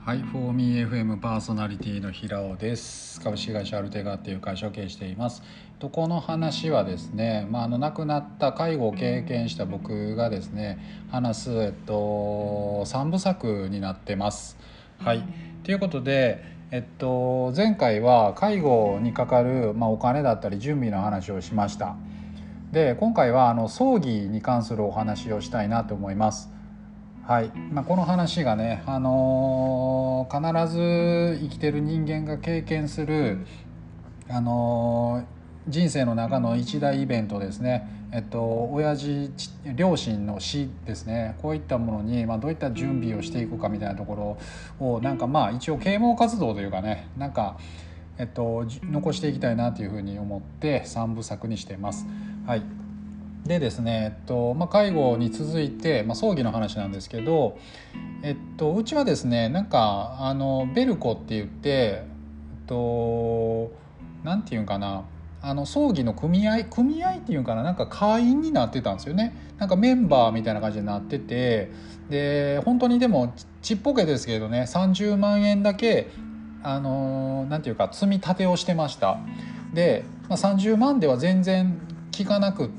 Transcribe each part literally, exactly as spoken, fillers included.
はい、フォーミーエフエム パーソナリティの平尾です。株式会社アルテガっていう会社を経営しています。とこの話はですね、まあ、あの亡くなった介護を経験した僕がですね話す、えっと、さんぶ作になってます。はい、ということで、えっと、前回は介護にかかる、まあ、お金だったり準備の話をしました。で今回はあの葬儀に関するお話をしたいなと思います。はいまあ、この話がね、あのー必ず生きてる人間が経験する、あのー人生の中の一大イベントですね。えっと親父両親の死ですね。こういったものに、まあ、どういった準備をしていくかみたいなところをなんかまあ一応啓蒙活動というかね、なんか、えっと、残していきたいなというふうに思ってさんぶ作にしています。はいでですね、えっとまあ、介護に続いて、まあ、葬儀の話なんですけど、えっと、うちはですねなんかあのベルコって言って、えっと、なんていうんかな、あの葬儀の組合組合っていうんかな、なんか会員になってたんですよね。なんかメンバーみたいな感じになってて、で本当にでもちっぽけですけどね、さんじゅうまんえんだけあのなんていうか積み立てをしてました。で、まあ、さんじゅうまんでは全然効かなくって、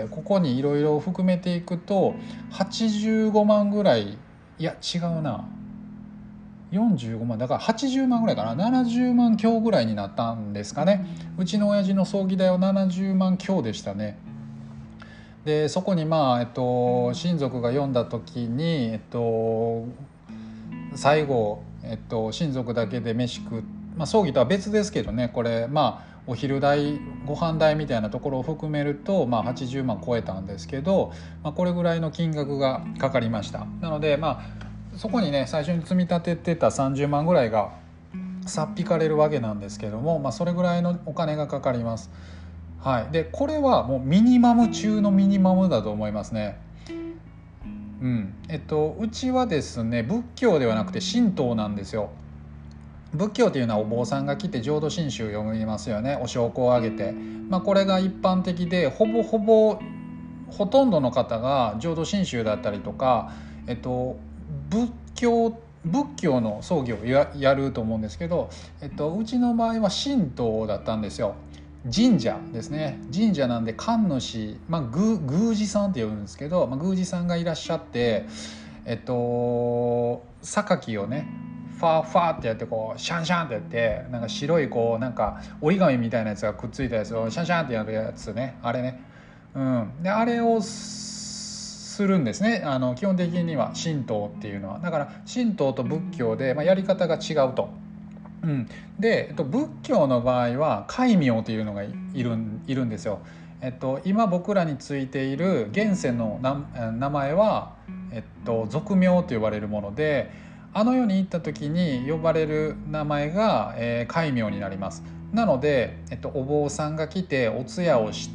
ここにいろいろ含めていくとはちじゅうごまんぐらい、いや違うな、よんじゅうごまんだからはちじゅうまんぐらいかな、ななじゅうまん強ぐらいになったんですかね。うちの親父の葬儀代はななじゅうまん強でしたね。でそこにまあ、えっと、親族が読んだ時に、えっと、最後、えっと、親族だけで飯食う、まあ、葬儀とは別ですけどね、これまあお昼代ご飯代みたいなところを含めると、まあ、はちじゅうまん超えたんですけど、まあ、これぐらいの金額がかかりました。なのでまあそこにね最初に積み立ててたさんじゅうまんぐらいがさっ引かれるわけなんですけども、まあ、それぐらいのお金がかかります。はい、でこれはもうミニマム中のミニマムだと思いますね。うんえっと、うちはですね仏教ではなくて神道なんですよ。仏教というのはお坊さんが来て浄土真宗を読みますよね、お焼香をあげて、まあ、これが一般的で、ほぼほぼほとんどの方が浄土真宗だったりとか、えっと、仏教仏教の葬儀を や, やると思うんですけど、えっと、うちの場合は神道だったんですよ。神社ですね。神社なんで神主、まあ、宮宮司さんって呼ぶんですけど、まあ、宮司さんがいらっしゃって、えっと榊をねファーファーってやって、こうシャンシャンってやって、なんか白いこうなんか折り紙みたいなやつがくっついたやつをシャンシャンってやるやつね、あれね、うん、であれをするんですね。あの基本的には神道っていうのはだから神道と仏教で、まあ、やり方が違うと。うん、で、えっと、仏教の場合は戒名というのがいるいるんですよ。えっと、今僕らについている現世の名名前は、えっと、俗名と呼ばれるもので、あの世に行った時に呼ばれる名前が、えー、戒名になります。なので、えっと、お坊さんが来てお通夜をして、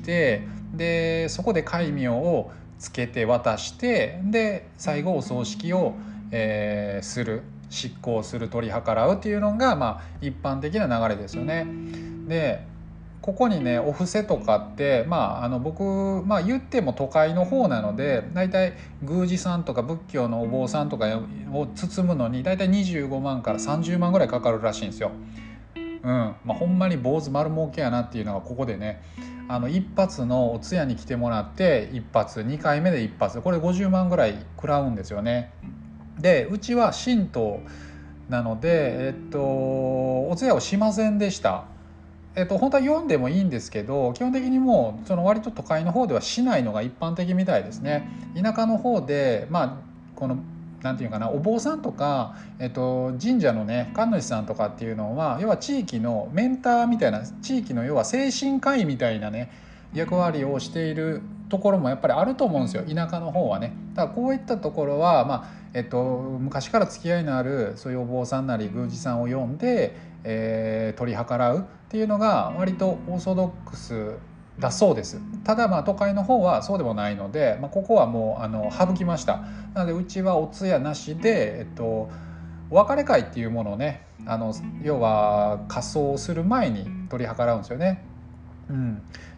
でそこで戒名をつけて渡して、で最後お葬式を、えー、する、執行する、取り計らうっていうのが、まあ、一般的な流れですよね。でここにねお布施とかって、まあ、あの僕、まあ、言っても都会の方なので、だいたい宮司さんとか仏教のお坊さんとかを包むのにだいたいにじゅうごまんからさんじゅうまんぐらいかかるらしいんですよ。うんまあ、ほんまに坊主丸儲けやなっていうのがここでね、あの一発のお通夜に来てもらって一発、にかいめで一発、これごじゅうまんぐらい食らうんですよね。でうちは神道なので、えっと、お通夜をしませんでした。えっと、本当は読んでもいいんですけど、基本的にもうその割と都会の方ではしないのが一般的みたいですね。田舎の方で、まあ、このなんていうかな、お坊さんとか、えっと、神社のね神主さんとかっていうのは要は地域のメンターみたいな、地域の要は精神科医みたいなね役割をしているところもやっぱりあると思うんですよ、田舎の方はね。だからこういったところは、まあえっと、昔から付き合いのあるそういうお坊さんなり宮司さんを呼んで、えー、取り計らうっていうのが割とオーソドックスだそうです。ただまあ都会の方はそうでもないので、まあ、ここはもうあの省きました。なのでうちはお通夜なしで、えっと、お別れ会っていうものをね、あの要は仮装する前に取り計らうんですよね。うん、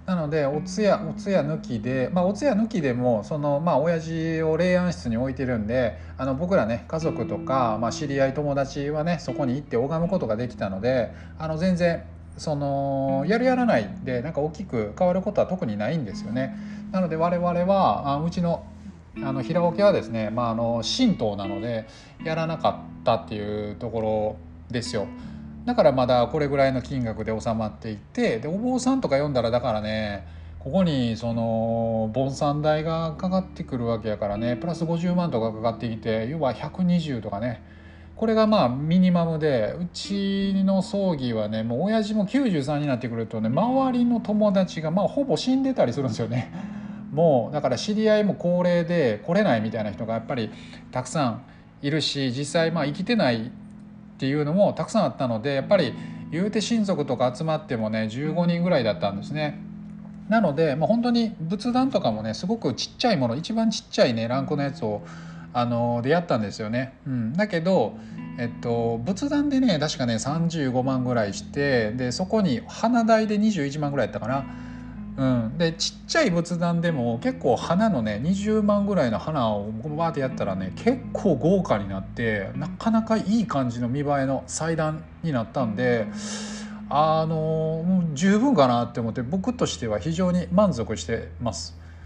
なのでお通夜お通夜抜きで、まあ、お通夜抜きでもその、まあ、親父を霊安室に置いてるんで、あの僕らね家族とか、まあ、知り合い友達はねそこに行って拝むことができたので、あの全然そのやるやらないでなんか大きく変わることは特にないんですよね。なので我々はあうちのあの平岡家はですね、まあ、あの神道なのでやらなかったっていうところですよ。だからまだこれぐらいの金額で収まっていて、でお坊さんとか読んだらだからね、ここにその盆栽代がかかってくるわけやからね、プラスごじゅうまんとかかかってきて、要はひゃくにじゅうとかね、これがまあミニマムで、うちの葬儀はねもう親父もきゅうじゅうさんになってくるとね、周りの友達がまあほぼ死んでたりするんですよね。もうだから知り合いも高齢で来れないみたいな人がやっぱりたくさんいるし、実際まあ生きてないっていうのもたくさんあったので、やっぱり言うて親族とか集まってもねじゅうごにんぐらいだったんですね。なので、まあ、本当に仏壇とかもねすごくちっちゃいもの、一番ちっちゃいねランクのやつをあのでやったんですよね、うん、だけど、えっと、仏壇でね確かねさんじゅうごまんぐらいして、でそこに花代でにじゅういちまんぐらいやったかな。うん、でちっちゃい仏壇でも結構花のねにじゅうまんぐらいの花をバーってやったらね結構豪華になって、なかなかいい感じの見栄えの祭壇になったんで、あのもう十分かなって思って、僕としては非常に満足してます。うん、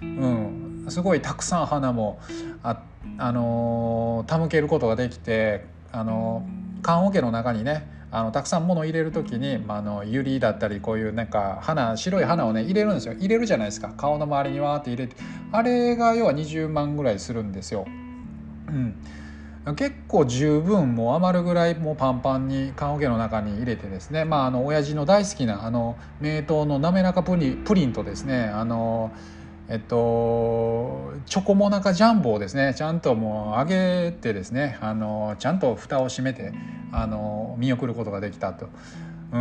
すごいたくさん花もあ、あの手向けることができて、あの棺桶の中にねあのたくさん物を入れる時に、まあ、あのユリだったりこういうなんか花白い花をね入れるんですよ。入れるじゃないですか、顔の周りにわーって入れて、あれが要はにじゅうまんぐらいするんですよ。うん、結構十分もう余るぐらいもうパンパンに棺桶の中に入れてですね、まああの親父の大好きなあの名刀の滑らかプリプリンとですね、あのえっとチョコモナカジャンボをですねちゃんともう揚げてですね、あのちゃんと蓋を閉めてあの見送ることができたと。うん、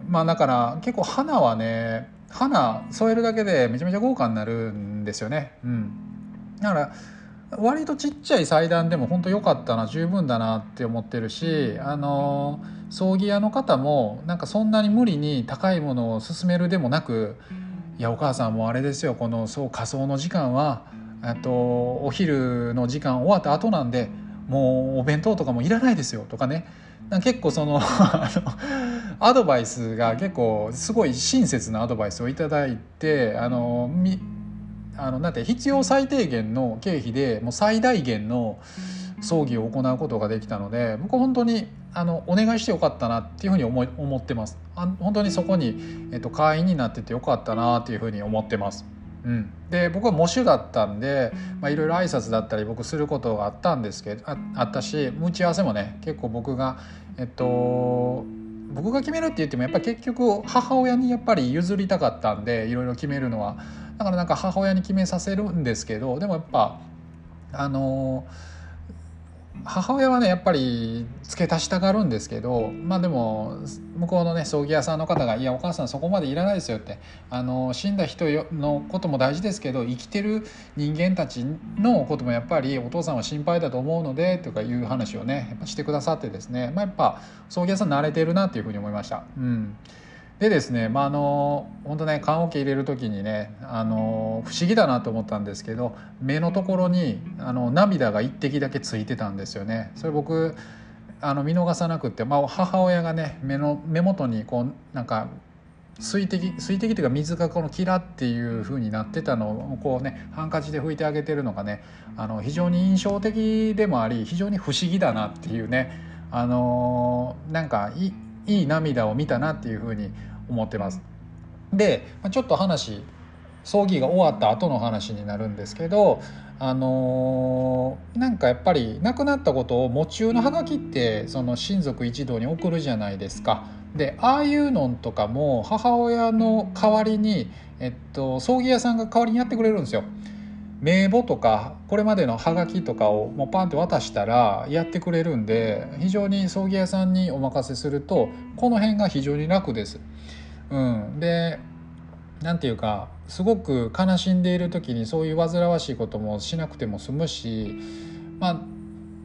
まあだから結構花はね花添えるだけでめちゃめちゃ豪華になるんですよね。うん、だから割とちっちゃい祭壇でも本当良かったな、十分だなって思ってるし、あの葬儀屋の方もなんかそんなに無理に高いものを勧めるでもなく、いやお母さんもあれですよ、このそう火葬の時間はあとお昼の時間終わった後なんでもうお弁当とかもいらないですよとかね、なんか結構そのあのアドバイスが結構すごい親切なアドバイスをいただいて、あのみあのなんて必要最低限の経費でもう最大限の葬儀を行うことができたので、僕は本当にあのお願いしてよかったなっていうふうに思い思ってます。あ本当にそこに、えっと、会員になっててよかったなっていうふうに思ってます。うん、で僕は喪主だったんで、まあ、いろいろ挨拶だったり僕することがあったんですけど あ, あったし、打ち合わせもね結構僕がえっと僕が決めるって言ってもやっぱり結局母親にやっぱり譲りたかったんで、いろいろ決めるのはだからなんか母親に決めさせるんですけど、でもやっぱあの母親はねやっぱり付け足したがるんですけど、まあでも向こうのね葬儀屋さんの方が「いやお母さんそこまでいらないですよ」って、あの死んだ人のことも大事ですけど生きてる人間たちのこともやっぱりお父さんは心配だと思うのでとかいう話をねやっぱしてくださってですね、まあ、やっぱ葬儀屋さん慣れてるなっていうふうに思いました。うん、でですね、まああの本当ね棺桶入れる時にねあの不思議だなと思ったんですけど、目のところにあの涙が一滴だけついてたんですよね。それ僕あの見逃さなくって、まあ、母親がね目の目元にこうなんか水滴水滴というか水がこのキラっていう風になってたのをこうねハンカチで拭いてあげてるのがね、あの非常に印象的でもあり非常に不思議だなっていうね、あのなんかいいいい涙を見たなっていうふうに思ってます。でちょっと話葬儀が終わった後の話になるんですけど、あのー、なんかやっぱり亡くなったことを喪中のハガキってその親族一同に送るじゃないですか。でああいうのとかも母親の代わりに、えっと、葬儀屋さんが代わりにやってくれるんですよ。名簿とかこれまでのハガキとかをもうパンって渡したらやってくれるんで、非常に葬儀屋さんにお任せするとこの辺が非常に楽です。うん、でなんていうかすごく悲しんでいる時にそういう煩わしいこともしなくても済むし、まあ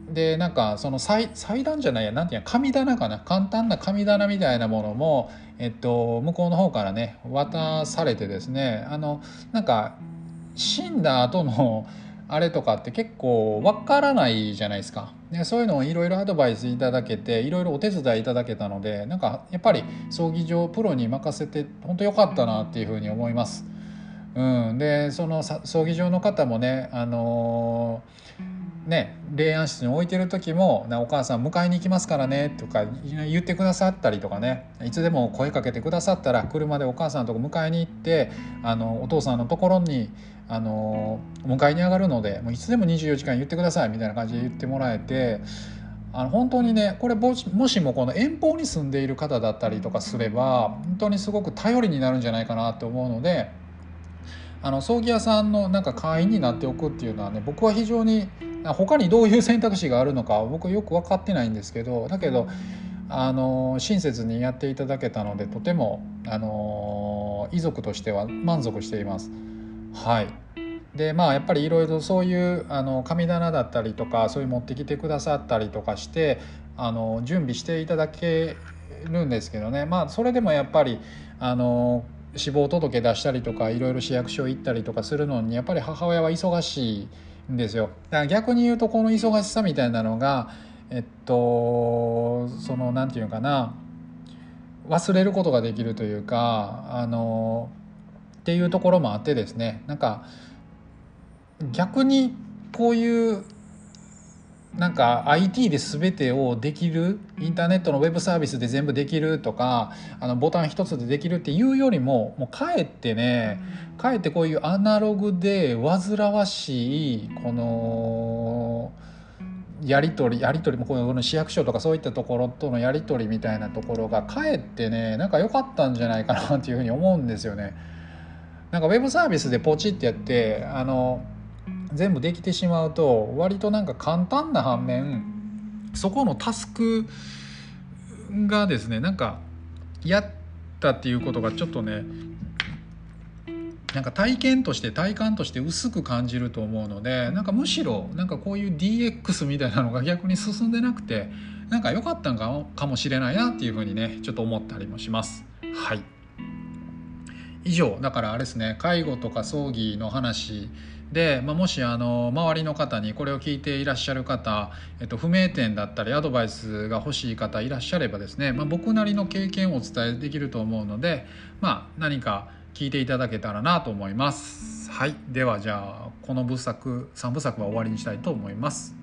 でなんかその祭祭壇じゃないやなんていうの神棚かな簡単な神棚みたいなものも、えっと、向こうの方からね渡されてですねあのなんか死んだ後のあれとかって結構わからないじゃないですか、ね、そういうのをいろいろアドバイスいただけていろいろお手伝いいただけたのでなんかやっぱり葬儀場プロに任せて本当良かったなっていうふうに思います。うん、でその葬儀場の方もね、あのー、ね霊安室に置いてる時も「お母さん迎えに行きますからね」とか言ってくださったりとかねいつでも声かけてくださったら車でお母さんのとこ迎えに行ってあのお父さんのところにあの迎えに上がるのでもういつでもにじゅうよじかん言ってくださいみたいな感じで言ってもらえてあの本当にねこれもしもこの遠方に住んでいる方だったりとかすれば本当にすごく頼りになるんじゃないかなと思うのであの葬儀屋さんのなんか会員になっておくっていうのはね僕は非常に他にどういう選択肢があるのか僕はよく分かってないんですけどだけどあの親切にやっていただけたのでとてもあの遺族としては満足しています。はいでまあやっぱりいろいろそういうあの神棚だったりとかそういう持ってきてくださったりとかしてあの準備していただけるんですけどねまあそれでもやっぱりあの死亡届出したりとかいろいろ市役所行ったりとかするのにやっぱり母親は忙しいんですよ。だから逆に言うとこの忙しさみたいなのがえっとそのなんていうかな忘れることができるというかあのっていうところもあってですねなんか逆にこういうなんか アイティー で全てをできるインターネットのウェブサービスで全部できるとかあのボタン一つでできるっていうよりももうかえってねかえってこういうアナログで煩わしいこのやり取りやり取りもこの市役所とかそういったところとのやり取りみたいなところがかえってねなんか良かったんじゃないかなっていうふうに思うんですよね。なんかウェブサービスでポチってやってあの全部できてしまうと割となんか簡単な反面そこのタスクがですねなんかやったっていうことがちょっとねなんか体験として体感として薄く感じると思うのでなんかむしろなんかこういう ディーエックス みたいなのが逆に進んでなくてなんか良かったんかかもしれないなっていうふうにねちょっと思ったりもします。はい以上だからあれですね介護とか葬儀の話で、まあ、もしあの周りの方にこれを聞いていらっしゃる方、えっと、不明点だったりアドバイスが欲しい方いらっしゃればですね、まあ、僕なりの経験をお伝えできると思うので、まあ、何か聞いていただけたらなと思います。はい、ではじゃあこの部作さん部作は終わりにしたいと思います。